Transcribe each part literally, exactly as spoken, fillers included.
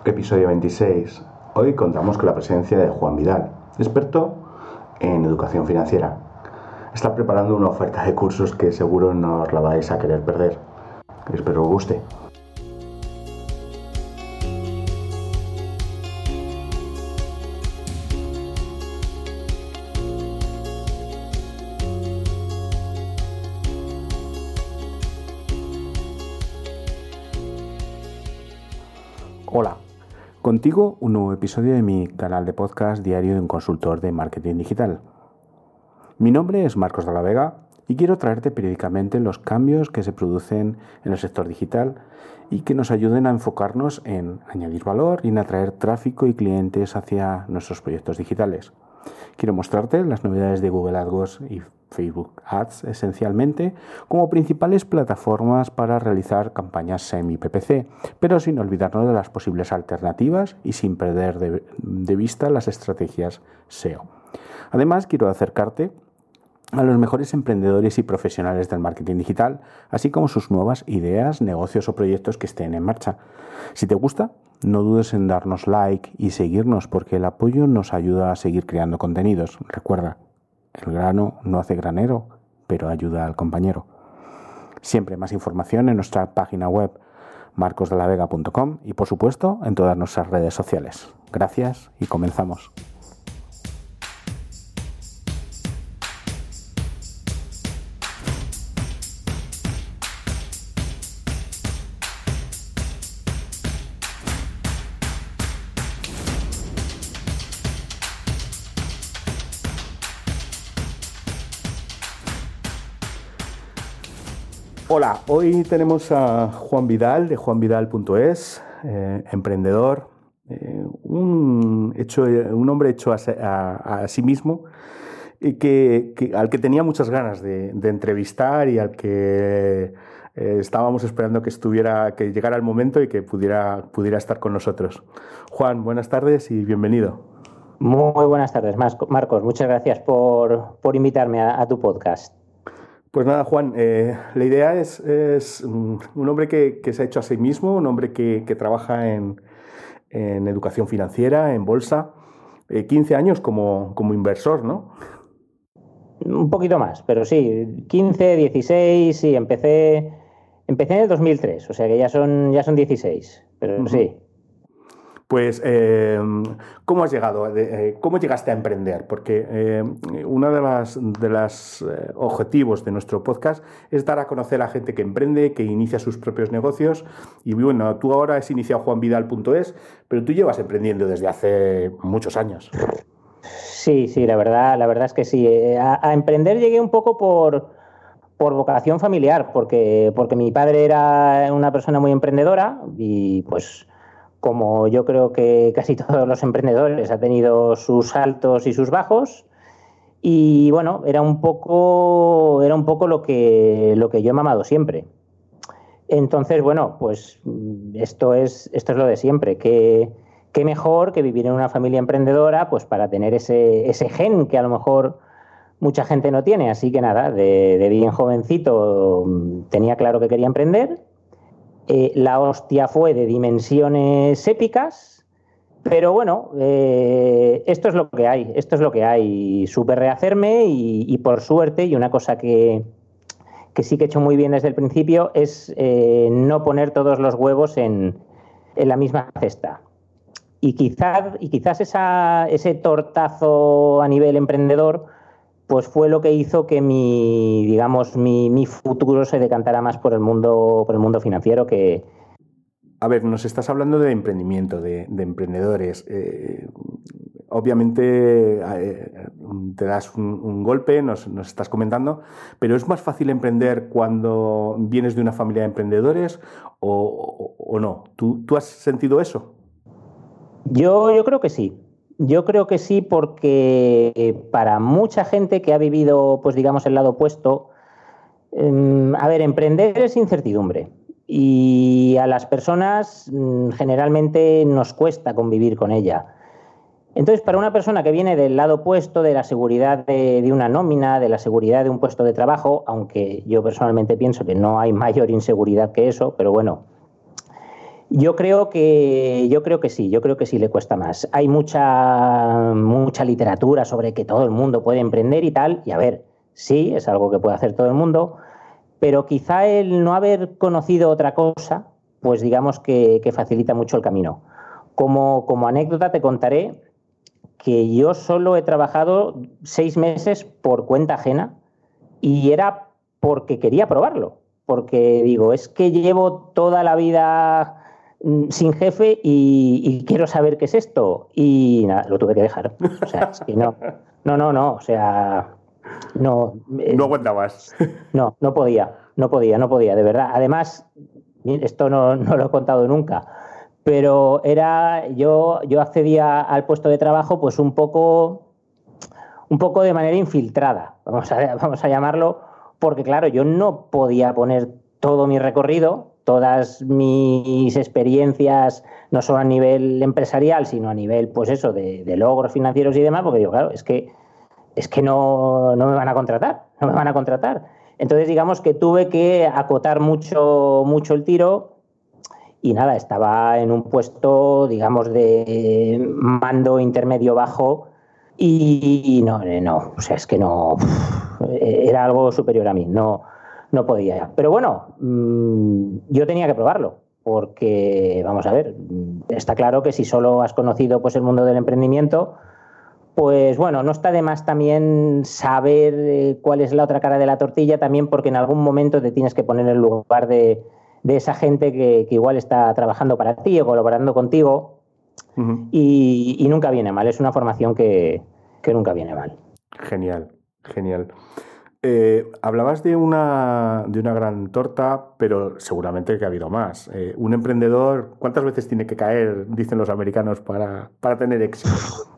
Episodio veintiséis. Hoy contamos con la presencia de Juan Vidal, experto en educación financiera. Está preparando una oferta de cursos que seguro no os la vais a querer perder. Espero os guste. Hola, contigo un nuevo episodio de mi canal de podcast diario de un consultor de marketing digital. Mi nombre es Marcos de la Vega y quiero traerte periódicamente los cambios que se producen en el sector digital y que nos ayuden a enfocarnos en añadir valor y en atraer tráfico y clientes hacia nuestros proyectos digitales. Quiero mostrarte las novedades de Google AdWords y Facebook Ads esencialmente como principales plataformas para realizar campañas semi-P P C, pero sin olvidarnos de las posibles alternativas y sin perder de, de vista las estrategias S E O. Además, quiero acercarte a los mejores emprendedores y profesionales del marketing digital, así como sus nuevas ideas, negocios o proyectos que estén en marcha. Si te gusta, no dudes en darnos like y seguirnos porque el apoyo nos ayuda a seguir creando contenidos. Recuerda, el grano no hace granero, pero ayuda al compañero. Siempre más información en nuestra página web marcos de la vega punto com y por supuesto en todas nuestras redes sociales. Gracias y comenzamos. Hola, hoy tenemos a Juan Vidal de juan vidal punto es, eh, emprendedor, eh, un, hecho, un hombre hecho a, a, a sí mismo y que, que, al que tenía muchas ganas de, de entrevistar y al que eh, estábamos esperando que estuviera, que llegara el momento y que pudiera, pudiera estar con nosotros. Juan, buenas tardes y bienvenido. Muy buenas tardes, Marcos. Muchas gracias por, por invitarme a, a tu podcast. Pues nada, Juan, eh, la idea es, es un hombre que, que se ha hecho a sí mismo, un hombre que, que trabaja en, en educación financiera, en bolsa, eh, quince años como, como inversor, ¿no? Un poquito más, pero sí, quince, dieciséis, sí, empecé, empecé en el dos mil tres, o sea que ya son, ya son dieciséis, pero uh-huh. Sí. Pues, eh, ¿cómo has llegado? Eh, ¿Cómo llegaste a emprender? Porque eh, uno de los de las, eh, objetivos de nuestro podcast es dar a conocer a gente que emprende, que inicia sus propios negocios. Y bueno, tú ahora has iniciado juan vidal punto es, pero tú llevas emprendiendo desde hace muchos años. Sí, sí, la verdad, la verdad es que sí. A, a emprender llegué un poco por, por vocación familiar, porque, porque mi padre era una persona muy emprendedora y pues... Como yo creo que casi todos los emprendedores, ha tenido sus altos y sus bajos. Y bueno, era un poco, era un poco lo que, lo que yo he mamado siempre. Entonces, bueno, pues esto es, esto es lo de siempre. Qué, qué mejor que vivir en una familia emprendedora, pues para tener ese, ese gen que a lo mejor mucha gente no tiene. Así que nada, de, de bien jovencito tenía claro que quería emprender. Eh, la hostia fue de dimensiones épicas, pero bueno, eh, esto es lo que hay, esto es lo que hay. Supe rehacerme y, y por suerte, y una cosa que, que sí que he hecho muy bien desde el principio, es eh, no poner todos los huevos en, en la misma cesta. Y quizás, y quizás esa, ese tortazo a nivel emprendedor pues fue lo que hizo que mi, digamos, mi, mi futuro se decantara más por el mundo, por el mundo financiero que... A ver, nos estás hablando de emprendimiento, de, de emprendedores. Eh, obviamente eh, te das un, un golpe, nos, nos estás comentando, pero ¿es más fácil emprender cuando vienes de una familia de emprendedores o, o, o no? ¿Tú, ¿Tú has sentido eso? Yo, yo creo que sí. Yo creo que sí, porque para mucha gente que ha vivido, pues digamos, el lado opuesto, eh, a ver, emprender es incertidumbre y a las personas mm, generalmente nos cuesta convivir con ella. Entonces, para una persona que viene del lado opuesto, de la seguridad de, de una nómina, de la seguridad de un puesto de trabajo, aunque yo personalmente pienso que no hay mayor inseguridad que eso, pero bueno, Yo creo que yo creo que sí, yo creo que sí le cuesta más. Hay mucha mucha literatura sobre que todo el mundo puede emprender y tal, y a ver, sí, es algo que puede hacer todo el mundo, pero quizá el no haber conocido otra cosa, pues digamos que, que facilita mucho el camino. Como, como anécdota te contaré que yo solo he trabajado seis meses por cuenta ajena y era porque quería probarlo, porque digo, es que llevo toda la vida sin jefe y, y quiero saber qué es esto. Y nada, lo tuve que dejar. O sea, es que no, no, no, no, o sea, no. Eh, no aguantabas. No, no podía, no podía, no podía, de verdad. Además, esto no, no lo he contado nunca, pero era, yo, yo accedía al puesto de trabajo pues un poco, un poco de manera infiltrada, vamos a, vamos a llamarlo, porque claro, yo no podía poner todo mi recorrido, todas mis experiencias, no solo a nivel empresarial, sino a nivel, pues eso, de, de logros financieros y demás, porque digo, claro, es que, es que no, no me van a contratar, no me van a contratar. Entonces, digamos que tuve que acotar mucho, mucho el tiro y nada, estaba en un puesto, digamos, de mando intermedio bajo y no, no, o sea, es que no, era algo superior a mí, no, no podía. Pero bueno, yo tenía que probarlo, porque, vamos a ver, está claro que si solo has conocido pues, el mundo del emprendimiento, pues bueno, no está de más también saber eh, cuál es la otra cara de la tortilla, también porque en algún momento te tienes que poner en el lugar de, de esa gente que, que igual está trabajando para ti o colaborando contigo. Uh-huh. y, y nunca viene mal, es una formación que, que nunca viene mal. Genial, genial. Eh, hablabas de una, de una gran torta, pero seguramente que ha habido más. Eh, un emprendedor, ¿cuántas veces tiene que caer, dicen los americanos, para, para tener éxito?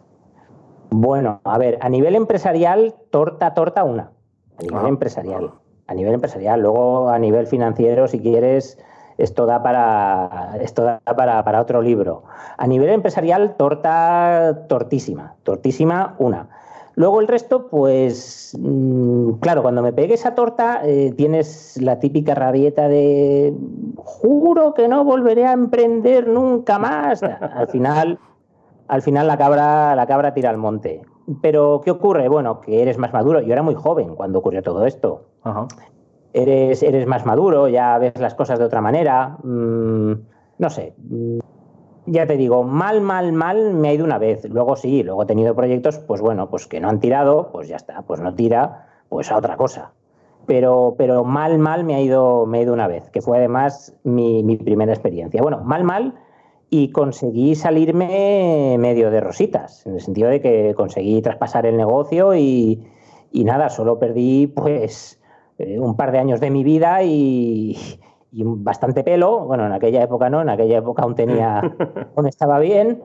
Bueno, a ver, a nivel empresarial, torta, torta una. A nivel ah, empresarial. Ah. A nivel empresarial. Luego, a nivel financiero, si quieres, esto da para, esto da para, para otro libro. A nivel empresarial, torta, tortísima. Tortísima, una. Luego el resto, pues, mmm, claro, cuando me pegue esa torta, eh, tienes la típica rabieta de juro que no volveré a emprender nunca más. Al final... Al final la cabra, la cabra tira al monte. Pero, ¿qué ocurre? Bueno, que eres más maduro. Yo era muy joven cuando ocurrió todo esto. Uh-huh. Eres, eres más maduro, ya ves las cosas de otra manera. Mm, no sé. Ya te digo, mal, mal, mal me ha ido una vez. Luego sí, luego he tenido proyectos, pues bueno, pues que no han tirado, pues ya está, pues no tira, pues a otra cosa. Pero, pero mal, mal me ha ido, me ha ido una vez, que fue además mi, mi primera experiencia. Bueno, mal, mal... Y conseguí salirme medio de rositas, en el sentido de que conseguí traspasar el negocio y, y nada, solo perdí pues eh, un par de años de mi vida y, y bastante pelo. Bueno, en aquella época no, en aquella época aún tenía, aún estaba bien,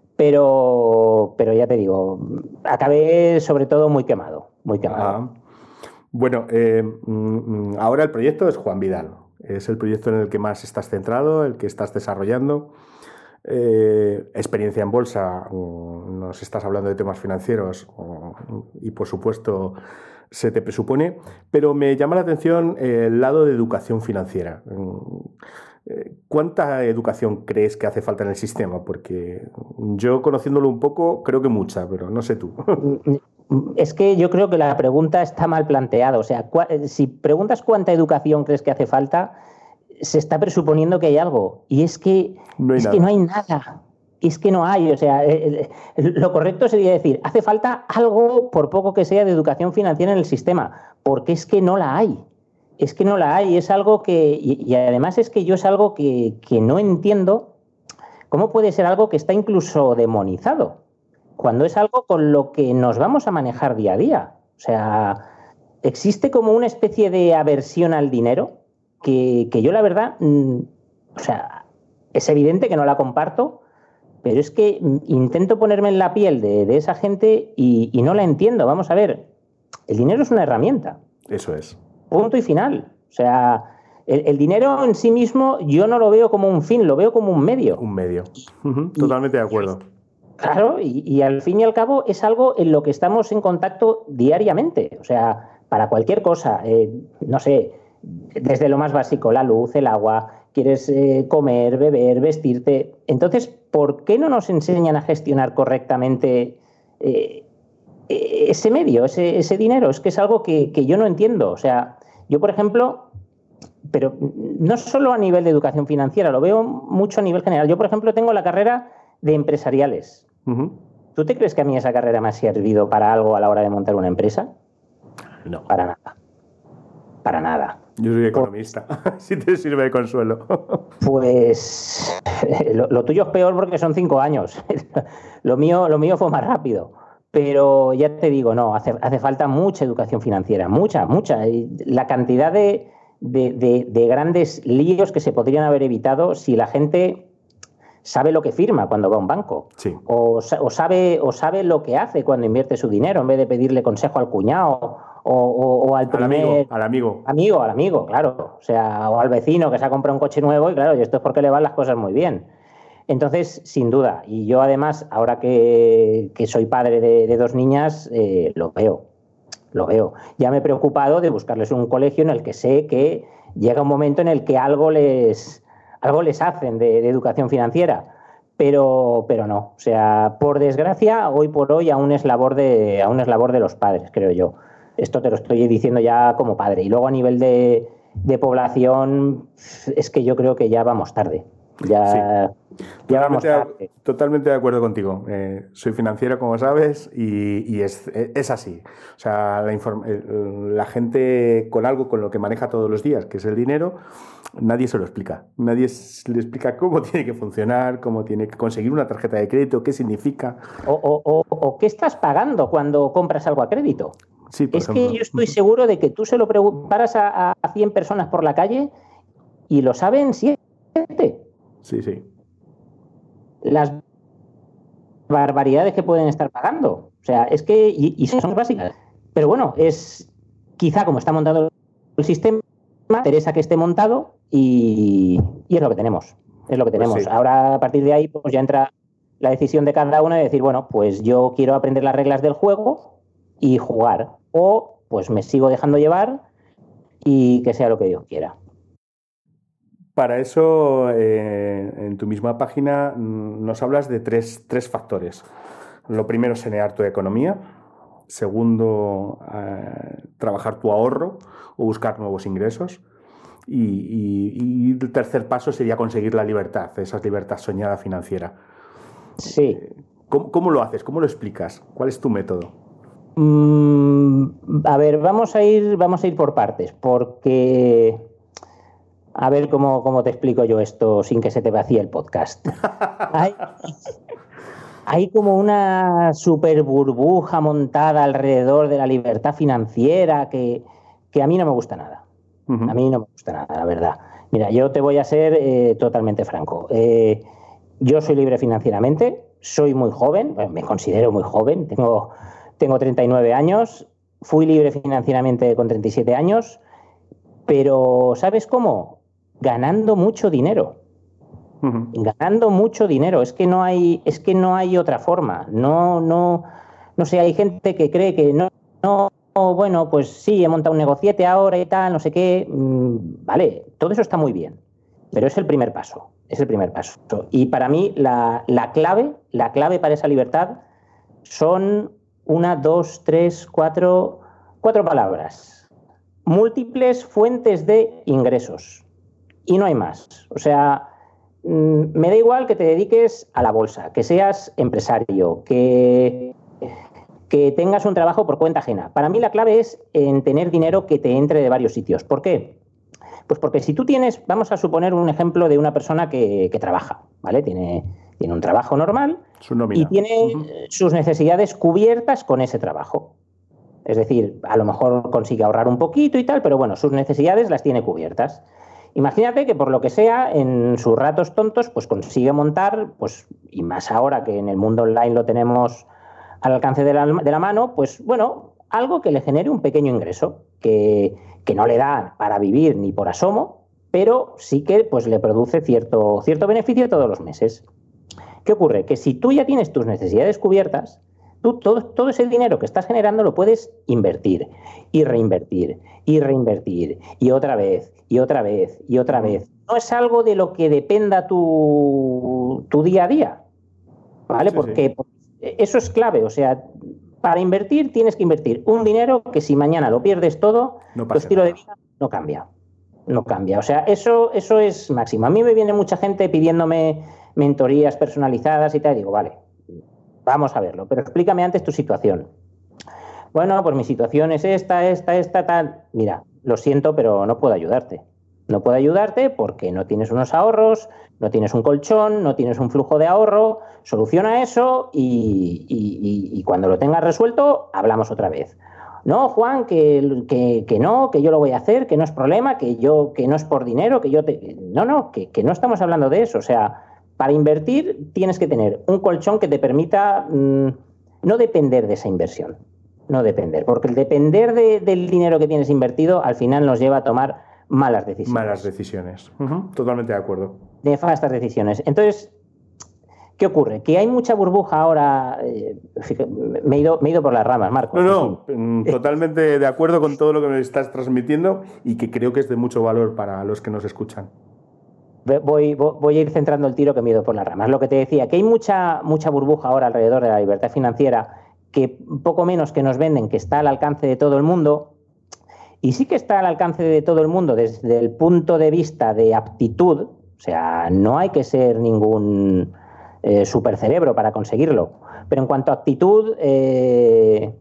pero, pero ya te digo, acabé sobre todo muy quemado, muy quemado. Ah. Bueno, eh, ahora el proyecto es Juan Vidal, es el proyecto en el que más estás centrado, el que estás desarrollando. Eh, experiencia en bolsa, nos estás hablando de temas financieros y por supuesto se te presupone, pero me llama la atención el lado de educación financiera. ¿Cuánta educación crees que hace falta en el sistema? Porque yo, conociéndolo un poco, creo que mucha, pero no sé tú. Es que yo creo que la pregunta está mal planteada. O sea, si preguntas cuánta educación crees que hace falta, se está presuponiendo que hay algo. Y es que no hay, es que no hay nada. Es que no hay. O sea, el, el, lo correcto sería decir, hace falta algo, por poco que sea, de educación financiera en el sistema. Porque es que no la hay. Es que no la hay. Es algo que... Y, y además es que yo es algo que, que no entiendo. ¿Cómo puede ser algo que está incluso demonizado? Cuando es algo con lo que nos vamos a manejar día a día. O sea, existe como una especie de aversión al dinero que, que yo la verdad, mmm, o sea, es evidente que no la comparto, pero es que intento ponerme en la piel de, de esa gente y, y no la entiendo. Vamos a ver, el dinero es una herramienta. Eso es. Punto y final. O sea, el, el dinero en sí mismo yo no lo veo como un fin, lo veo como un medio. Un medio. Uh-huh. Totalmente y, de acuerdo. Claro, y, y al fin y al cabo es algo en lo que estamos en contacto diariamente. O sea, para cualquier cosa, eh, no sé, desde lo más básico, la luz, el agua, quieres eh, comer, beber, vestirte. Entonces, ¿por qué no nos enseñan a gestionar correctamente eh, ese medio, ese, ese dinero? Es que es algo que, que yo no entiendo. O sea, yo, por ejemplo, pero no solo a nivel de educación financiera, lo veo mucho a nivel general. Yo, por ejemplo, tengo la carrera de empresariales. Uh-huh. ¿Tú te crees que a mí esa carrera me ha servido para algo a la hora de montar una empresa? No. Para nada. Para nada. Yo soy economista, si te sirve de consuelo. Pues lo, lo tuyo es peor porque son cinco años. Lo mío, lo mío fue más rápido. Pero ya te digo, no, hace, hace falta mucha educación financiera, mucha, mucha. La cantidad de, de, de, de grandes líos que se podrían haber evitado si la gente sabe lo que firma cuando va a un banco. Sí. O, o, sabe, o sabe lo que hace cuando invierte su dinero, en vez de pedirle consejo al cuñado o, o, o al primer... Al amigo, al amigo. Amigo, al amigo, claro. O sea, o al vecino que se ha comprado un coche nuevo y claro, y esto es porque le van las cosas muy bien. Entonces, sin duda. Y yo además, ahora que, que soy padre de, de dos niñas, eh, lo veo. Lo veo. Ya me he preocupado de buscarles un colegio en el que sé que llega un momento en el que algo les... algo les hacen de, de educación financiera, pero, pero no. O sea, por desgracia, hoy por hoy aún es labor de, aún es labor de los padres, creo yo. Esto te lo estoy diciendo ya como padre. Y luego a nivel de, de población, es que yo creo que ya vamos tarde. Ya, sí. ya vamos tarde. De, totalmente de acuerdo contigo. Eh, soy financiero, como sabes, y, y es, es así. O sea, la, inform- la gente con algo con lo que maneja todos los días, que es el dinero, nadie se lo explica. Nadie le explica cómo tiene que funcionar, cómo tiene que conseguir una tarjeta de crédito, qué significa. O, o, o, o qué estás pagando cuando compras algo a crédito. Sí, es ejemplo. que yo estoy seguro de que tú se lo preguntas a, a cien personas por la calle y lo saben siete. Sí, sí. Las barbaridades que pueden estar pagando. O sea, es que... Y, y son básicas. Pero bueno, es quizá como está montado el sistema, interesa que esté montado y, y es lo que tenemos. Es lo que tenemos. Pues sí. Ahora, a partir de ahí, pues ya entra la decisión de cada uno de decir, bueno, pues yo quiero aprender las reglas del juego y jugar. O pues me sigo dejando llevar y que sea lo que Dios quiera. Para eso, eh, en tu misma página nos hablas de tres, tres factores. Lo primero es sanear tu economía. Segundo, eh, trabajar tu ahorro o buscar nuevos ingresos. Y, y, y el tercer paso sería conseguir la libertad, esa libertad soñada financiera. Sí. ¿Cómo, cómo lo haces? ¿Cómo lo explicas? ¿Cuál es tu método? Mm, a ver, vamos a ir, vamos a ir por partes, porque... A ver cómo, cómo te explico yo esto sin que se te vacíe el podcast. Hay, hay como una super burbuja montada alrededor de la libertad financiera que, que a mí no me gusta nada. Uh-huh. A mí no me gusta nada, la verdad. Mira, yo te voy a ser eh, totalmente franco. Eh, yo soy libre financieramente, soy muy joven, bueno, me considero muy joven, tengo, tengo treinta y nueve años, fui libre financieramente con treinta y siete años, pero ¿sabes cómo? Ganando mucho dinero. Uh-huh. Ganando mucho dinero. Es que no hay, es que no hay otra forma. No, no, no sé, hay gente que cree que no, no, bueno, pues sí, he montado un negociete ahora y tal, no sé qué. Mm, vale, todo eso está muy bien. Pero es el primer paso. Es el primer paso. Y para mí, la, la clave, la clave para esa libertad son una, dos, tres, cuatro, cuatro palabras. Múltiples fuentes de ingresos. Y no hay más. O sea, mmm, me da igual que te dediques a la bolsa, que seas empresario, que, que tengas un trabajo por cuenta ajena. Para mí la clave es en tener dinero que te entre de varios sitios. ¿Por qué? Pues porque si tú tienes, vamos a suponer un ejemplo de una persona que, que trabaja, ¿vale? Tiene, tiene un trabajo normal y tiene uh-huh. sus necesidades cubiertas con ese trabajo. Es decir, a lo mejor consigue ahorrar un poquito y tal, pero bueno, sus necesidades las tiene cubiertas. Imagínate que por lo que sea, en sus ratos tontos, pues consigue montar, pues, y más ahora que en el mundo online lo tenemos al alcance de la, de la mano, pues bueno, algo que le genere un pequeño ingreso, que, que no le da para vivir ni por asomo, pero sí que pues, le produce cierto, cierto beneficio todos los meses. ¿Qué ocurre? Que si tú ya tienes tus necesidades cubiertas, tú todo, todo ese dinero que estás generando lo puedes invertir y reinvertir y reinvertir y otra vez y otra vez y otra vez. No es algo de lo que dependa tu, tu día a día, ¿vale? Sí, porque sí. Eso es clave, o sea, para invertir tienes que invertir un dinero que si mañana lo pierdes todo, no tu estilo nada. de vida no cambia. No cambia. O sea, eso, eso es máximo. A mí me viene mucha gente pidiéndome mentorías personalizadas y tal. Y digo, vale, vamos a verlo. Pero explícame antes tu situación. Bueno, pues mi situación es esta, esta, esta, tal. Mira, lo siento, pero no puedo ayudarte. No puedo ayudarte porque no tienes unos ahorros, no tienes un colchón, no tienes un flujo de ahorro. Soluciona eso y, y, y, y cuando lo tengas resuelto, hablamos otra vez. No, Juan, que, que, que no, que yo lo voy a hacer, que no es problema, que yo que no es por dinero, que yo te... No, no, que, que no estamos hablando de eso. O sea, para invertir tienes que tener un colchón que te permita mmm, no depender de esa inversión. No depender, porque el depender de, del dinero que tienes invertido al final nos lleva a tomar malas decisiones. Malas decisiones. Uh-huh. Totalmente de acuerdo. Nefastas decisiones. Entonces, ¿qué ocurre? Que hay mucha burbuja ahora. Eh, me, he ido, me he ido por las ramas, Marco. No, no, totalmente de acuerdo con todo lo que me estás transmitiendo y que creo que es de mucho valor para los que nos escuchan. Voy, voy a ir centrando el tiro que me he ido por las ramas. Lo que te decía, que hay mucha, mucha burbuja ahora alrededor de la libertad financiera, que poco menos que nos venden que está al alcance de todo el mundo. Y sí que está al alcance de todo el mundo desde el punto de vista de aptitud. O sea, no hay que ser ningún... Eh, supercerebro para conseguirlo, pero en cuanto a actitud eh,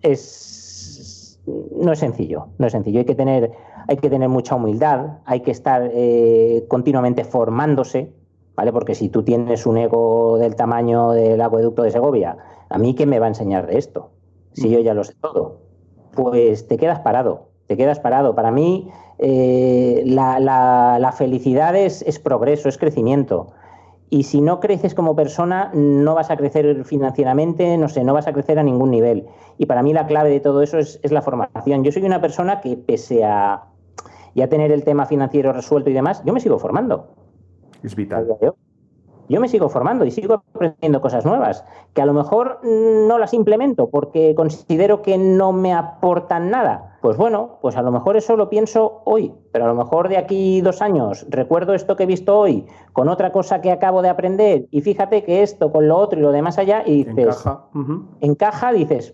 es no es sencillo, no es sencillo, hay que tener hay que tener mucha humildad, hay que estar eh, continuamente formándose, ¿vale? Porque si tú tienes un ego del tamaño del acueducto de Segovia, ¿a mí qué me va a enseñar de esto? Si yo ya lo sé todo, pues te quedas parado, te quedas parado. Para mí eh, la, la, la felicidad es, es progreso, es crecimiento. Y si no creces como persona, no vas a crecer financieramente, no sé, no vas a crecer a ningún nivel. Y para mí la clave de todo eso es, es la formación. Yo soy una persona que, pese a ya tener el tema financiero resuelto y demás, yo me sigo formando. Es vital. Yo, yo me sigo formando y sigo aprendiendo cosas nuevas, que a lo mejor no las implemento porque considero que no me aportan nada. Pues bueno, pues a lo mejor eso lo pienso hoy, pero a lo mejor de aquí dos años recuerdo esto que he visto hoy con otra cosa que acabo de aprender y fíjate que esto con lo otro y lo demás allá y dices, encaja, uh-huh. encaja, dices,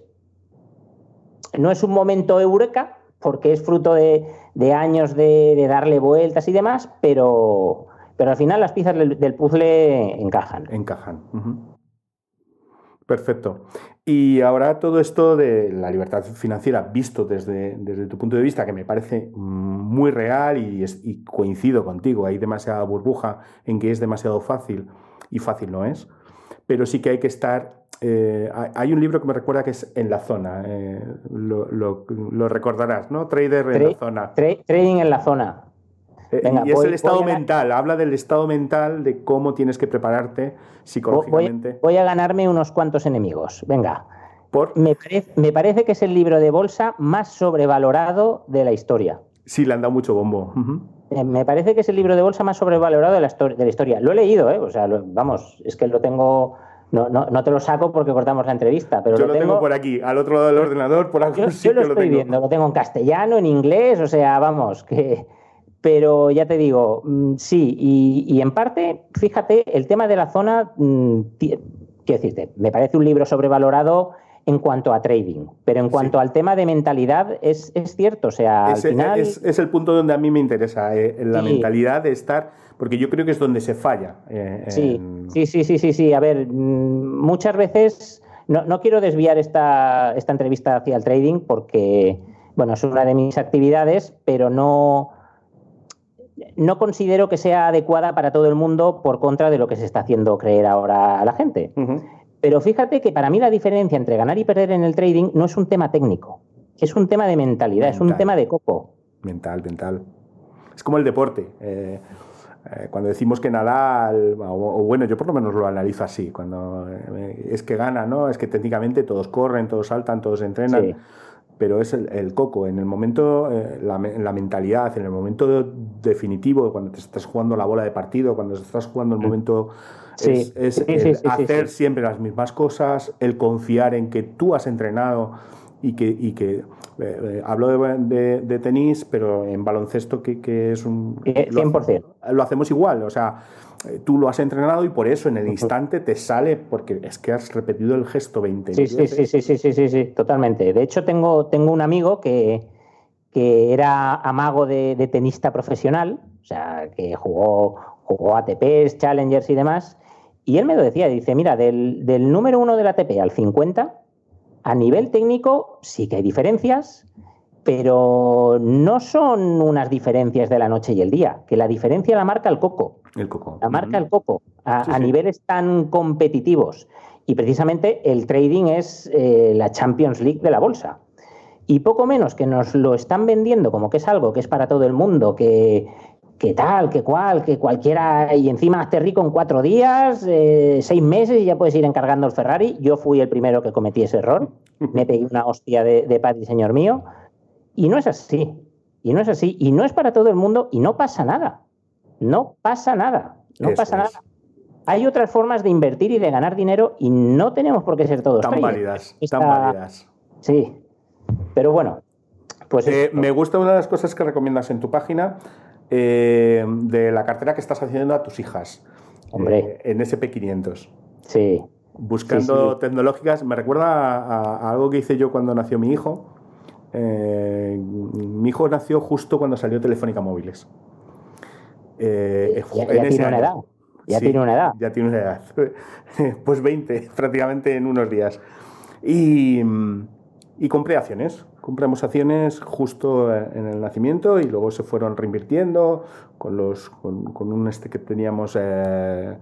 no es un momento eureka porque es fruto de, de años de, de darle vueltas y demás, pero, pero al final las piezas del, del puzzle encajan. Encajan. Uh-huh. Perfecto. Y ahora todo esto de la libertad financiera visto desde, desde tu punto de vista, que me parece muy real y, es, y coincido contigo, hay demasiada burbuja en que es demasiado fácil y fácil no es, pero sí que hay que estar... Eh, hay un libro que me recuerda que es En la Zona, eh, lo, lo, lo recordarás, ¿no? Trader en Tra- la Zona. Tra- trading en la Zona. Venga, y es voy, el estado mental, habla del estado mental, de cómo tienes que prepararte psicológicamente. Voy, voy a ganarme unos cuantos enemigos. Venga. ¿Por? Me, parece, me parece que es el libro de bolsa más sobrevalorado de la historia. Sí, le han dado mucho bombo. Uh-huh. Me parece que es el libro de bolsa más sobrevalorado de la, de la historia. Lo he leído, ¿eh? O sea, lo, vamos, es que lo tengo... No, no, no te lo saco porque cortamos la entrevista, pero yo lo, lo tengo, tengo por aquí, al otro lado del ordenador, por algún yo, sitio yo lo estoy lo tengo. viendo, lo tengo en castellano, en inglés, o sea, vamos, que... Pero ya te digo, sí, y, y en parte, fíjate, el tema de la zona, quiero decirte, me parece un libro sobrevalorado en cuanto a trading, pero en cuanto sí. al tema de mentalidad es, es cierto, o sea, es, al final... Es, es el punto donde a mí me interesa, eh, la sí. mentalidad de estar, porque yo creo que es donde se falla. Eh, sí, en... sí, sí, sí, sí, sí, a ver, muchas veces, no, no quiero desviar esta, esta entrevista hacia el trading porque, bueno, es una de mis actividades, pero no... No considero que sea adecuada para todo el mundo por contra de lo que se está haciendo creer ahora a la gente. Uh-huh. Pero fíjate que para mí la diferencia entre ganar y perder en el trading no es un tema técnico, es un tema de mentalidad, mental. Es un tema de coco. Mental, mental. Es como el deporte. Eh, eh, cuando decimos que Nadal, o, o bueno, yo por lo menos lo analizo así, cuando eh, es que gana, ¿no? Es que técnicamente todos corren, todos saltan, todos entrenan. Sí. Pero es el, el coco, en el momento, eh, la, la mentalidad, en el momento definitivo, cuando te estás jugando la bola de partido, cuando estás jugando el momento, sí. es, es sí, el sí, sí, hacer sí, sí. siempre las mismas cosas, el confiar en que tú has entrenado y que, y que eh, eh, hablo de, de, de tenis, pero en baloncesto que, que es un... cien por ciento. Lo, lo hacemos igual, o sea, tú lo has entrenado y por eso en el instante te sale, porque es que has repetido el gesto veinte sí, sí, sí, sí, sí, sí, sí, sí, totalmente. De hecho, tengo, tengo un amigo que, que era amago de, de tenista profesional, o sea, que jugó, jugó A T Ps, Challengers y demás, y él me lo decía, dice, mira, del, del número uno del A T P al cincuenta, a nivel técnico sí que hay diferencias, pero no son unas diferencias de la noche y el día, que la diferencia la marca el coco. El coco. La marca uh-huh. el coco, a, sí, a sí. niveles tan competitivos. Y precisamente el trading es eh, la Champions League de la bolsa. Y poco menos que nos lo están vendiendo como que es algo que es para todo el mundo, que, que tal, que cual, que cualquiera, y encima hazte rico en cuatro días, eh, seis meses y ya puedes ir encargando el Ferrari. Yo fui el primero que cometí ese error, me pegué una hostia de, de padre, señor mío, y no es así, y no es así, y no es para todo el mundo, y no pasa nada, no pasa nada, no Eso pasa es. nada. Hay otras formas de invertir y de ganar dinero y no tenemos por qué ser todos tan válidas, Esta... tan válidas. Sí, pero bueno, pues eh, me gusta una de las cosas que recomiendas en tu página eh, de la cartera que estás haciendo a tus hijas. Hombre. Eh, en ese P quinientos. Sí. Buscando sí, sí. tecnológicas. Me recuerda a, a algo que hice yo cuando nació mi hijo. Eh, mi hijo nació justo cuando salió Telefónica Móviles. Eh, ya ya tiene una edad. Ya sí, tiene una edad. Ya tiene una edad. Pues veinte, prácticamente en unos días. Y, y compré acciones. Compramos acciones justo en el nacimiento y luego se fueron reinvirtiendo con, los, con, con un este que teníamos, eh,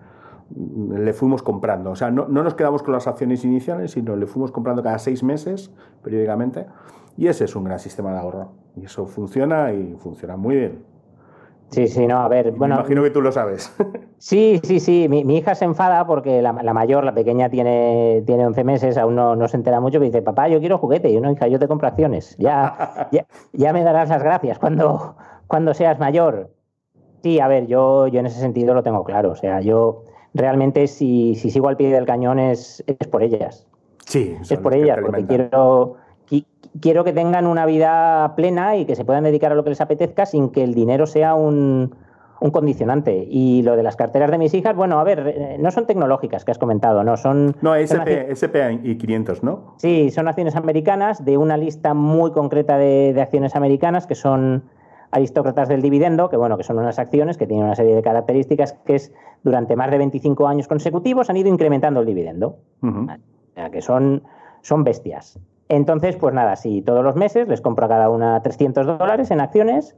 le fuimos comprando. O sea, no, no nos quedamos con las acciones iniciales, sino le fuimos comprando cada seis meses, periódicamente. Y ese es un gran sistema de ahorro. Y eso funciona y funciona muy bien. Sí, sí, no, a ver, bueno... Me imagino que tú lo sabes. Sí, sí, sí, mi, mi hija se enfada porque la, la mayor, la pequeña, tiene, tiene once meses, aún no, no se entera mucho, y dice, papá, yo quiero juguete. Y yo, no, hija, yo te compro acciones. Ya, ya, ya me darás las gracias cuando, cuando seas mayor. Sí, a ver, yo, yo en ese sentido lo tengo claro. O sea, yo realmente si, si sigo al pie del cañón es, es por ellas. Sí, es por ellas, porque quiero... Quiero que tengan una vida plena y que se puedan dedicar a lo que les apetezca sin que el dinero sea un, un condicionante. Y lo de las carteras de mis hijas, bueno, a ver, no son tecnológicas que has comentado, ¿no? Son... No, S P y quinientos, ¿no? Sí, son acciones americanas de una lista muy concreta de, de acciones americanas que son aristócratas del dividendo, que bueno, que son unas acciones que tienen una serie de características que es durante más de veinticinco años consecutivos han ido incrementando el dividendo. Uh-huh. O sea, que son, son bestias. Entonces, pues nada, sí, todos los meses les compro a cada una trescientos dólares en acciones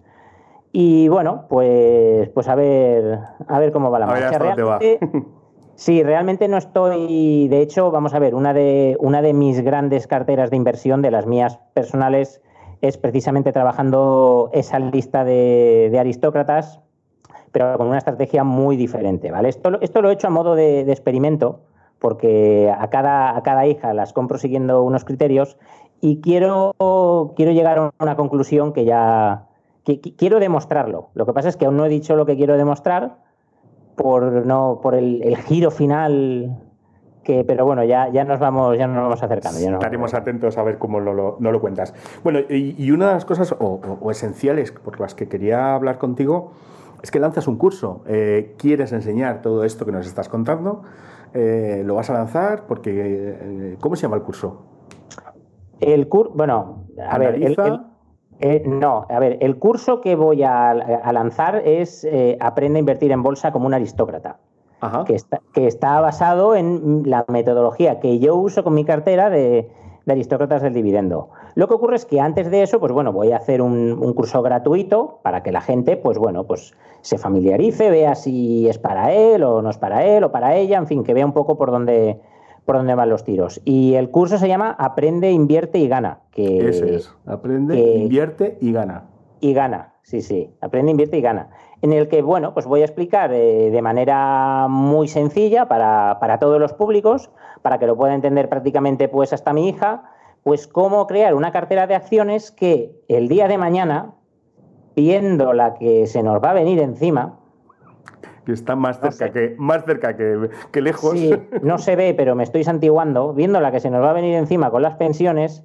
y bueno, pues, pues a ver, a ver cómo va la marcha. Realmente, sí, realmente no estoy, de hecho, vamos a ver, una de, una de mis grandes carteras de inversión, de las mías personales, es precisamente trabajando esa lista de, de aristócratas, pero con una estrategia muy diferente, ¿vale? Esto, esto lo he hecho a modo de, de experimento, porque a cada, a cada hija las compro siguiendo unos criterios y quiero, quiero llegar a una conclusión que ya... Que, que, quiero demostrarlo. Lo que pasa es que aún no he dicho lo que quiero demostrar por, no, por el, el giro final, que, pero bueno, ya, ya, nos vamos, ya nos vamos acercando. Ya nos Estaremos vamos atentos a ver cómo lo, lo, no lo cuentas. Bueno, y, y una de las cosas o, o, o esenciales por las que quería hablar contigo es que lanzas un curso. Eh, ¿Quieres enseñar todo esto que nos estás contando? Eh, ¿Lo vas a lanzar? Porque eh, ¿cómo se llama el curso? El curso, bueno, a ver, el, el, eh, no, a ver, el curso que voy a, a lanzar es eh, Aprende a invertir en bolsa como un aristócrata. Ajá. Que, está, que está basado en la metodología que yo uso con mi cartera de, de aristócratas del dividendo. Lo que ocurre es que antes de eso, pues bueno, voy a hacer un, un curso gratuito para que la gente, pues bueno, pues se familiarice, vea si es para él o no es para él o para ella, en fin, que vea un poco por dónde, por dónde van los tiros. Y el curso se llama Aprende, Invierte y Gana. Que, Ese es, Aprende, que, Invierte y Gana. Y gana, sí, sí, Aprende, Invierte y Gana. En el que, bueno, pues voy a explicar eh, de manera muy sencilla para, para todos los públicos, para que lo pueda entender prácticamente pues hasta mi hija, pues cómo crear una cartera de acciones que el día de mañana, viendo la que se nos va a venir encima... Que está más cerca, no sé, que, más cerca que, que lejos. Sí, no se ve, pero me estoy santiguando, viendo la que se nos va a venir encima con las pensiones,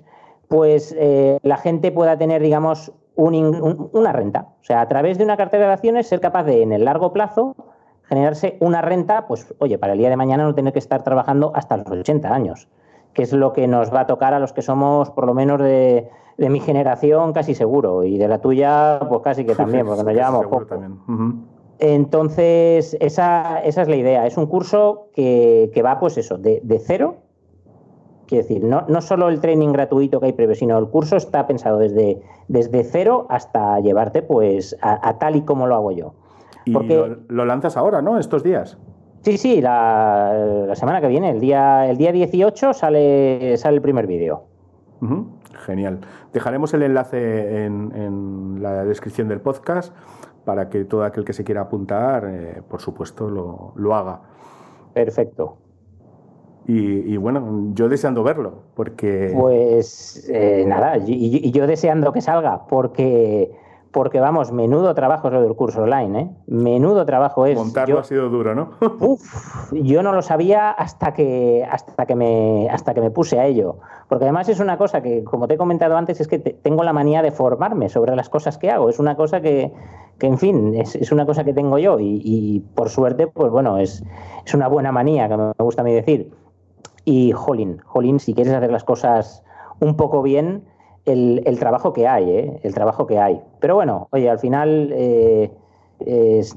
pues eh, la gente pueda tener, digamos, un, un, una renta. O sea, a través de una cartera de acciones ser capaz de, en el largo plazo, generarse una renta, pues, oye, para el día de mañana no tener que estar trabajando hasta los ochenta años, que es lo que nos va a tocar a los que somos, por lo menos de, de mi generación, casi seguro, y de la tuya, pues casi que también, porque nos llevamos poco. También. Uh-huh. Entonces, esa, esa es la idea. Es un curso que, que va, pues eso, de, de cero. Quiero decir, no, no solo el training gratuito que hay previo, sino el curso está pensado desde, desde cero hasta llevarte pues a, a tal y como lo hago yo. Y Porque, lo, lo lanzas ahora, ¿no? Estos días. Sí, sí, la, la semana que viene, el día, el día dieciocho sale, sale el primer vídeo. Uh-huh. Genial. Dejaremos el enlace en, en la descripción del podcast para que todo aquel que se quiera apuntar, eh, por supuesto, lo, lo haga. Perfecto. Y, y bueno, yo deseando verlo, porque... Pues eh, nada, y, y yo deseando que salga, porque, porque vamos, menudo trabajo es lo del curso online, ¿eh? Menudo trabajo es. Montarlo yo, ha sido duro, ¿no? Uf, yo no lo sabía hasta que, hasta que me, hasta que me puse a ello. Porque además es una cosa que, como te he comentado antes, es que te, tengo la manía de formarme sobre las cosas que hago. Es una cosa que, que en fin, es, es una cosa que tengo yo y, y por suerte, pues bueno, es, es una buena manía que me gusta a mí decir. Y jolín, jolín, si quieres hacer las cosas un poco bien, el, el trabajo que hay, ¿eh? El trabajo que hay. Pero bueno, oye, al final eh, es,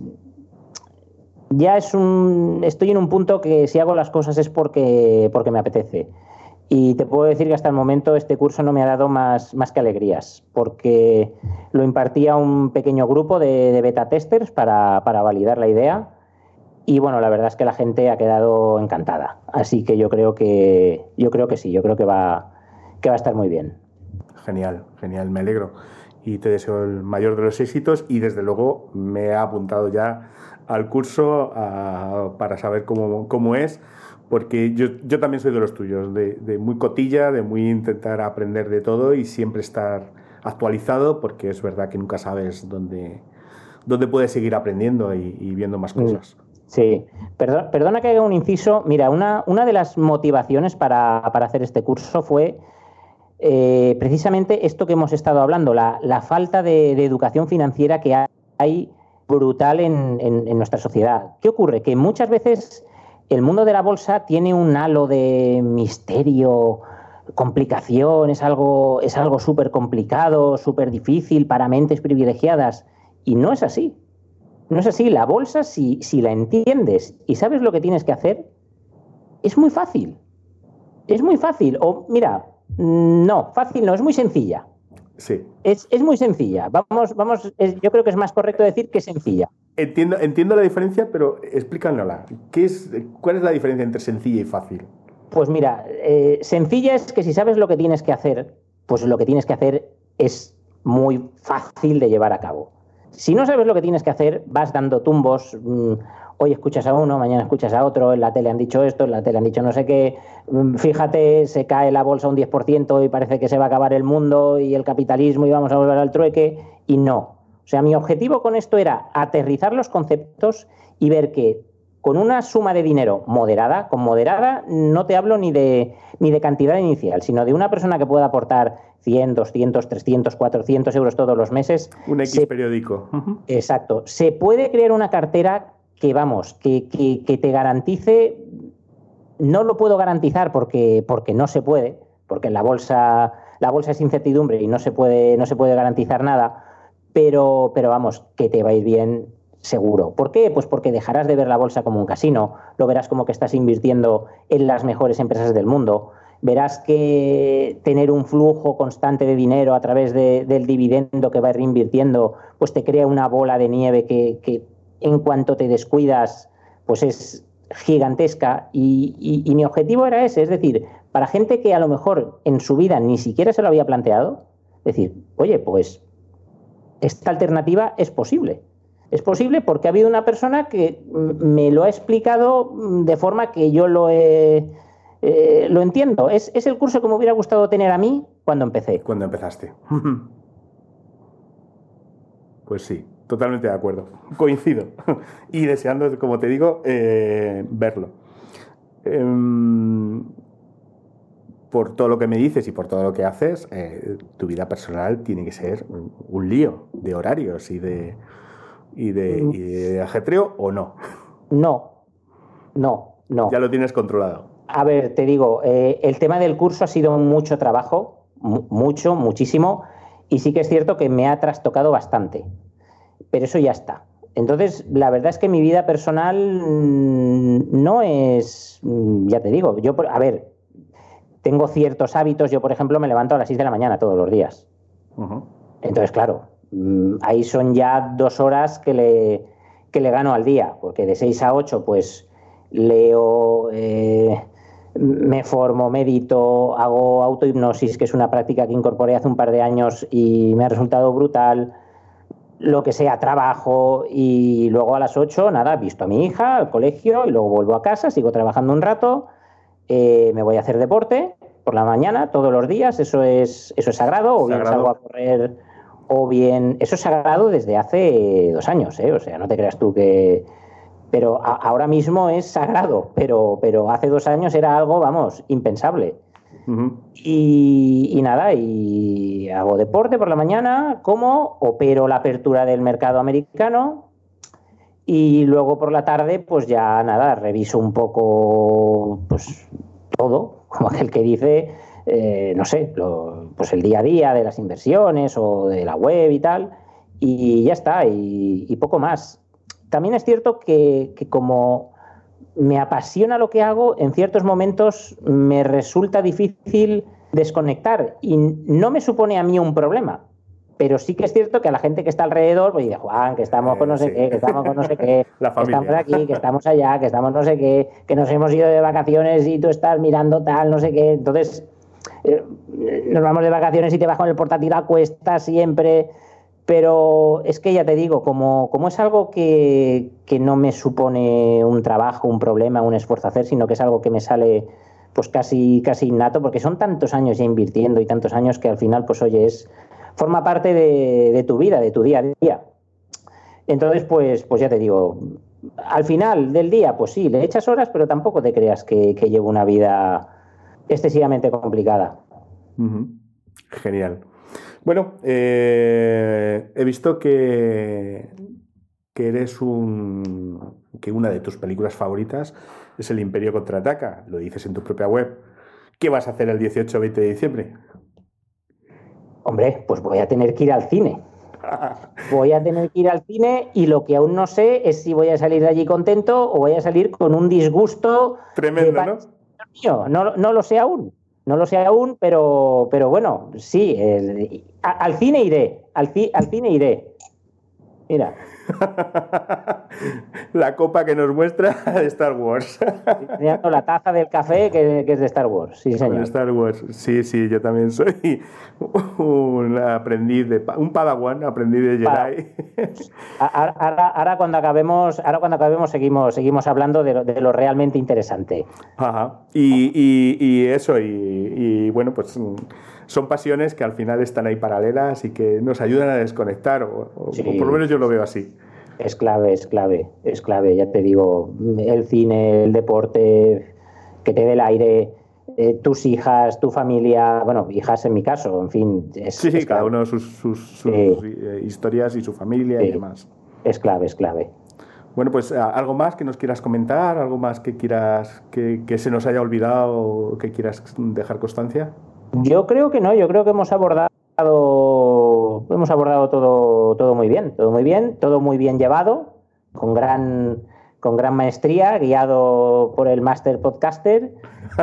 ya es un, estoy en un punto que si hago las cosas es porque, porque me apetece. Y te puedo decir que hasta el momento este curso no me ha dado más, más que alegrías, porque lo impartía un pequeño grupo de, de beta testers para, para validar la idea. Y bueno, la verdad es que la gente ha quedado encantada. Así que yo creo que yo creo que sí, yo creo que va, que va a estar muy bien. Genial, genial, me alegro. Y te deseo el mayor de los éxitos y desde luego me he apuntado ya al curso a, para saber cómo, cómo es, porque yo, yo también soy de los tuyos, de, de muy cotilla, de muy intentar aprender de todo y siempre estar actualizado, porque es verdad que nunca sabes dónde, dónde puedes seguir aprendiendo y, y viendo más cosas. Mm. Sí, perdona, perdona que haga un inciso. Mira, una, una de las motivaciones para, para hacer este curso fue eh, precisamente esto que hemos estado hablando, la, la falta de, de educación financiera que hay brutal en, en, en nuestra sociedad. ¿Qué ocurre? Que muchas veces el mundo de la bolsa tiene un halo de misterio, complicación, es algo, es algo súper complicado, súper difícil para mentes privilegiadas. Y no es así. No es así, la bolsa, si, si la entiendes y sabes lo que tienes que hacer, es muy fácil. Es muy fácil. O, mira, no, fácil no, es muy sencilla. Sí. Es, es muy sencilla. Vamos, vamos, es, yo creo que es más correcto decir que es sencilla. Entiendo, entiendo la diferencia, pero explícanosla. ¿Qué es, ¿Cuál es la diferencia entre sencilla y fácil? Pues mira, eh, sencilla es que si sabes lo que tienes que hacer, pues lo que tienes que hacer es muy fácil de llevar a cabo. Si no sabes lo que tienes que hacer, vas dando tumbos, mmm, hoy escuchas a uno, mañana escuchas a otro, en la tele han dicho esto, en la tele han dicho no sé qué, mmm, fíjate, se cae la bolsa un diez por ciento y parece que se va a acabar el mundo y el capitalismo y vamos a volver al trueque, y no. O sea, mi objetivo con esto era aterrizar los conceptos y ver que con una suma de dinero moderada, con moderada no te hablo ni de, ni de cantidad inicial, sino de una persona que pueda aportar cien, doscientos, trescientos, cuatrocientos euros todos los meses. Un X se, periódico. Exacto. Se puede crear una cartera que, vamos, que, que, que te garantice, no lo puedo garantizar porque, porque no se puede, porque en la bolsa, la bolsa es incertidumbre y no se puede, no se puede garantizar nada, pero, pero vamos, que te va a ir bien seguro. ¿Por qué? Pues porque dejarás de ver la bolsa como un casino, lo verás como que estás invirtiendo en las mejores empresas del mundo. Verás que tener un flujo constante de dinero a través de, del dividendo que va reinvirtiendo, pues te crea una bola de nieve que, que en cuanto te descuidas, pues es gigantesca. Y, y, y mi objetivo era ese, es decir, para gente que a lo mejor en su vida ni siquiera se lo había planteado, decir, oye, pues esta alternativa es posible. Es posible porque ha habido una persona que me lo ha explicado de forma que yo lo he... Eh, lo entiendo, es, es el curso que me hubiera gustado tener a mí cuando empecé. Cuando empezaste. Pues sí, totalmente de acuerdo. Coincido. Y deseando, como te digo, eh, verlo. Eh, por todo lo que me dices y por todo lo que haces, eh, tu vida personal tiene que ser un, un lío de horarios y de, y, de, y de ajetreo, ¿o no? No, no, no. Ya lo tienes controlado. A ver, te digo, eh, el tema del curso ha sido mucho trabajo, mu- mucho, muchísimo, y sí que es cierto que me ha trastocado bastante, pero eso ya está. Entonces, la verdad es que mi vida personal mmm, no es, mmm, ya te digo, yo, por- a ver, tengo ciertos hábitos, yo por ejemplo me levanto a las seis de la mañana todos los días. Uh-huh. Entonces, claro, mmm, ahí son ya dos horas que le, que le gano al día, porque de seis a ocho pues leo, eh, me formo, medito, hago autohipnosis, que es una práctica que incorporé hace un par de años y me ha resultado brutal. Lo que sea, trabajo, y luego a las ocho, nada, visto a mi hija al colegio y luego vuelvo a casa, sigo trabajando un rato, eh, me voy a hacer deporte por la mañana todos los días, eso es, eso es sagrado, o bien Sagrado. salgo a correr, o bien, eso es sagrado desde hace dos años, ¿eh? O sea, no te creas tú que... Pero a, ahora mismo es sagrado, pero, pero hace dos años era algo, vamos, impensable. Uh-huh. Y, y nada, y hago deporte por la mañana, como, opero la apertura del mercado americano y luego por la tarde pues ya nada, reviso un poco pues todo, como aquel que dice, eh, no sé, lo, pues el día a día de las inversiones o de la web y tal, y ya está, y, y poco más. También es cierto que, que como me apasiona lo que hago, en ciertos momentos me resulta difícil desconectar y no me supone a mí un problema, pero sí que es cierto que a la gente que está alrededor pues dice, Juan, que estamos con no sé eh, sí. qué, que estamos con no sé qué, la que estamos aquí, que estamos allá, que estamos no sé qué, que nos hemos ido de vacaciones y tú estás mirando tal, no sé qué, entonces eh, nos vamos de vacaciones y te vas con el portátil a cuestas siempre. Pero es que ya te digo, como, como es algo que, que no me supone un trabajo, un problema, un esfuerzo hacer, sino que es algo que me sale pues casi, casi innato, porque son tantos años ya invirtiendo y tantos años que al final, pues oye, es, forma parte de, de tu vida, de tu día a día. Entonces, pues, pues ya te digo, al final del día, pues sí, le echas horas, pero tampoco te creas que, que llevo una vida excesivamente complicada. Uh-huh. Genial. Bueno, eh, he visto que, que eres un que una de tus películas favoritas es El Imperio Contraataca. Lo dices en tu propia web. ¿Qué vas a hacer el dieciocho o veinte de diciembre? Hombre, pues voy a tener que ir al cine. Voy a tener que ir al cine y lo que aún no sé es si voy a salir de allí contento o voy a salir con un disgusto tremendo, de... ¿no? Mío. No, no lo sé aún. No lo sé aún, pero, pero bueno, sí, el, a, al cine iré, al, ci, al cine iré. Mira. La copa que nos muestra de Star Wars. La taza del café que, que es de Star Wars, sí, señor. De Star Wars, sí, sí, yo también soy un aprendiz de un Padawan, aprendiz de Jedi. Ahora, ahora, ahora cuando acabemos, ahora cuando acabemos seguimos, seguimos hablando de lo, de lo realmente interesante. Ajá. Y, y, y eso, y, y bueno, pues son pasiones que al final están ahí paralelas y que nos ayudan a desconectar, o, o, sí. o por lo menos yo lo veo así. Es clave, es clave, es clave, ya te digo, el cine, el deporte, que te dé el aire, eh, tus hijas, tu familia, bueno, hijas en mi caso, en fin. Es, sí, sí, es cada uno sus, sus, sus sí. historias y su familia sí. y demás. Es clave, es clave. Bueno, pues algo más que nos quieras comentar, algo más que quieras que, que se nos haya olvidado o que quieras dejar constancia. Yo creo que no, yo creo que hemos abordado hemos abordado todo, todo muy bien, todo muy bien, todo muy bien llevado, con gran, con gran maestría, guiado por el Master Podcaster.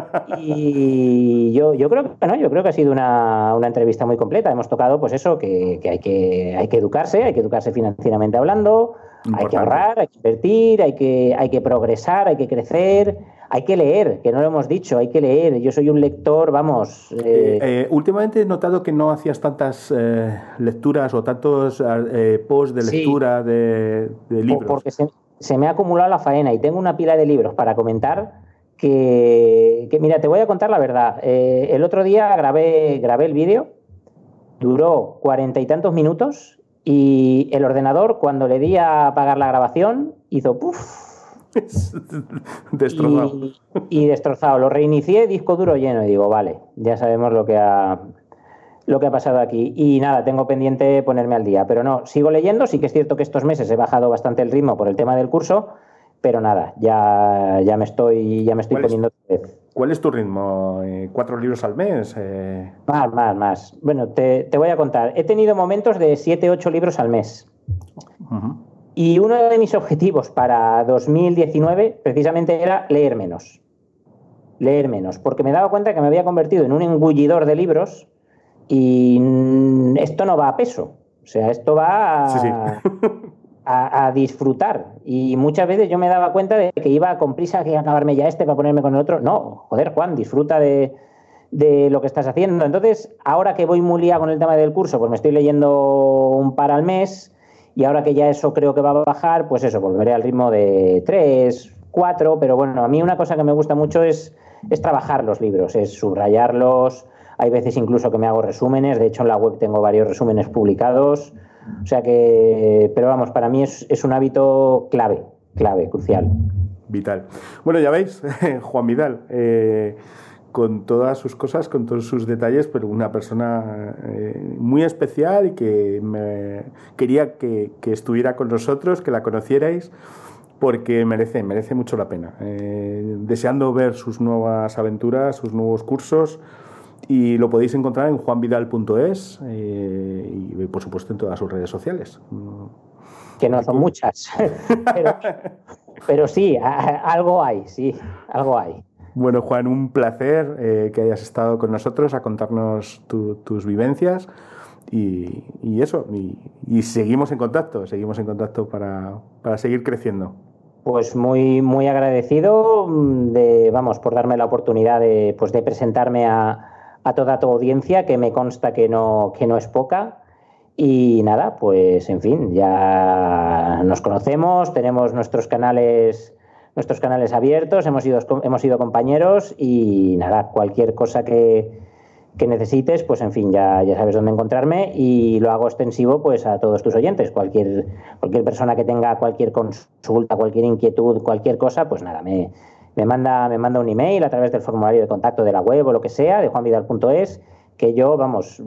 Y yo, yo creo que no, yo creo que ha sido una, una entrevista muy completa. Hemos tocado, pues eso, que, que hay que hay que educarse, hay que educarse financieramente hablando, importante. Hay que ahorrar, hay que invertir, hay que, hay que progresar, hay que crecer. Hay que leer, que no lo hemos dicho, hay que leer. Yo soy un lector, vamos... Eh... Eh, eh, últimamente he notado que no hacías tantas eh, lecturas o tantos eh, posts de lectura sí, de, de libros. Porque se, se me ha acumulado la faena y tengo una pila de libros para comentar que... que mira, te voy a contar la verdad. Eh, el otro día grabé, grabé el vídeo, duró cuarenta y tantos minutos y el ordenador, cuando le di a apagar la grabación, hizo puff. Destrozado. Y, y destrozado. Lo reinicié, disco duro lleno, y digo, vale, ya sabemos lo que ha, lo que ha pasado aquí. Y nada, tengo pendiente ponerme al día. Pero no, sigo leyendo. Sí que es cierto que estos meses he bajado bastante el ritmo por el tema del curso, pero nada, ya, ya me estoy, ya me estoy poniendo... ¿Cuál es tu ritmo? Eh, ¿Cuatro libros al mes? Eh... Más, más, más. Bueno, te, te voy a contar. He tenido momentos de siete, ocho libros al mes. Uh-huh. Y uno de mis objetivos para dos mil diecinueve precisamente era leer menos. Leer menos. Porque me daba cuenta que me había convertido en un engullidor de libros y esto no va a peso. O sea, esto va a... Sí, sí. A, a disfrutar. Y muchas veces yo me daba cuenta de que iba con prisa que acabarme ya este para ponerme con el otro. No, joder, Juan, disfruta de, de lo que estás haciendo. Entonces, ahora que voy muy liado con el tema del curso, pues me estoy leyendo un par al mes, y ahora que ya eso creo que va a bajar, pues eso, volveré al ritmo de tres, cuatro, pero bueno, a mí una cosa que me gusta mucho es, es trabajar los libros, es subrayarlos. Hay veces incluso que me hago resúmenes, de hecho en la web tengo varios resúmenes publicados. O sea que, pero vamos, para mí es, es un hábito clave, clave, crucial. Vital. Bueno, ya veis, Juan Vidal, eh, con todas sus cosas, con todos sus detalles, pero una persona eh, muy especial y que me quería que, que estuviera con nosotros, que la conocierais, porque merece, merece mucho la pena. Eh, deseando ver sus nuevas aventuras, sus nuevos cursos. Y lo podéis encontrar en juan vidal punto es eh, y, por supuesto, en todas sus redes sociales. Que no son Aquí. muchas, pero, pero sí, a, algo hay, sí, algo hay. Bueno, Juan, un placer eh, que hayas estado con nosotros a contarnos tu, tus vivencias y, y eso, y, y seguimos en contacto, seguimos en contacto para, para seguir creciendo. Pues muy, muy agradecido de, vamos, por darme la oportunidad de, pues, de presentarme a a toda tu audiencia, que me consta que no, que no es poca. Y nada, pues en fin, ya nos conocemos, tenemos nuestros canales, nuestros canales abiertos, hemos sido, hemos sido compañeros y nada, cualquier cosa que, que necesites, pues en fin, ya, ya sabes dónde encontrarme, y lo hago extensivo pues a todos tus oyentes. Cualquier, cualquier persona que tenga cualquier consulta, cualquier inquietud, cualquier cosa, pues nada, me... Me manda, me manda un email a través del formulario de contacto de la web o lo que sea, de juan vidal punto es, que yo, vamos,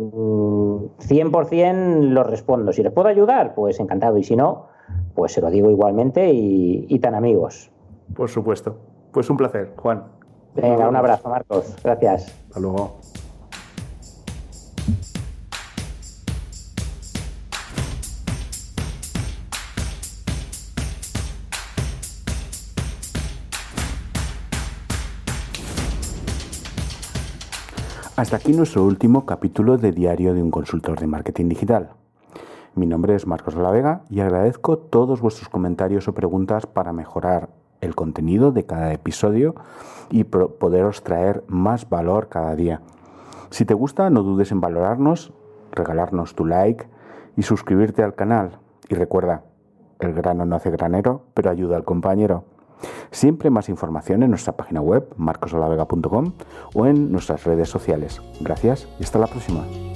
cien por ciento los respondo. Si les puedo ayudar, pues encantado. Y si no, pues se lo digo igualmente y, y tan amigos. Por supuesto. Pues un placer, Juan. Venga, un abrazo, Marcos. Gracias. Hasta luego. Hasta aquí nuestro último capítulo de Diario de un Consultor de Marketing Digital. Mi nombre es Marcos de la Vega y agradezco todos vuestros comentarios o preguntas para mejorar el contenido de cada episodio y poderos traer más valor cada día. Si te gusta, no dudes en valorarnos, regalarnos tu like y suscribirte al canal. Y recuerda, el grano no hace granero, pero ayuda al compañero. Siempre más información en nuestra página web marcos de la vega punto com o en nuestras redes sociales. Gracias y hasta la próxima.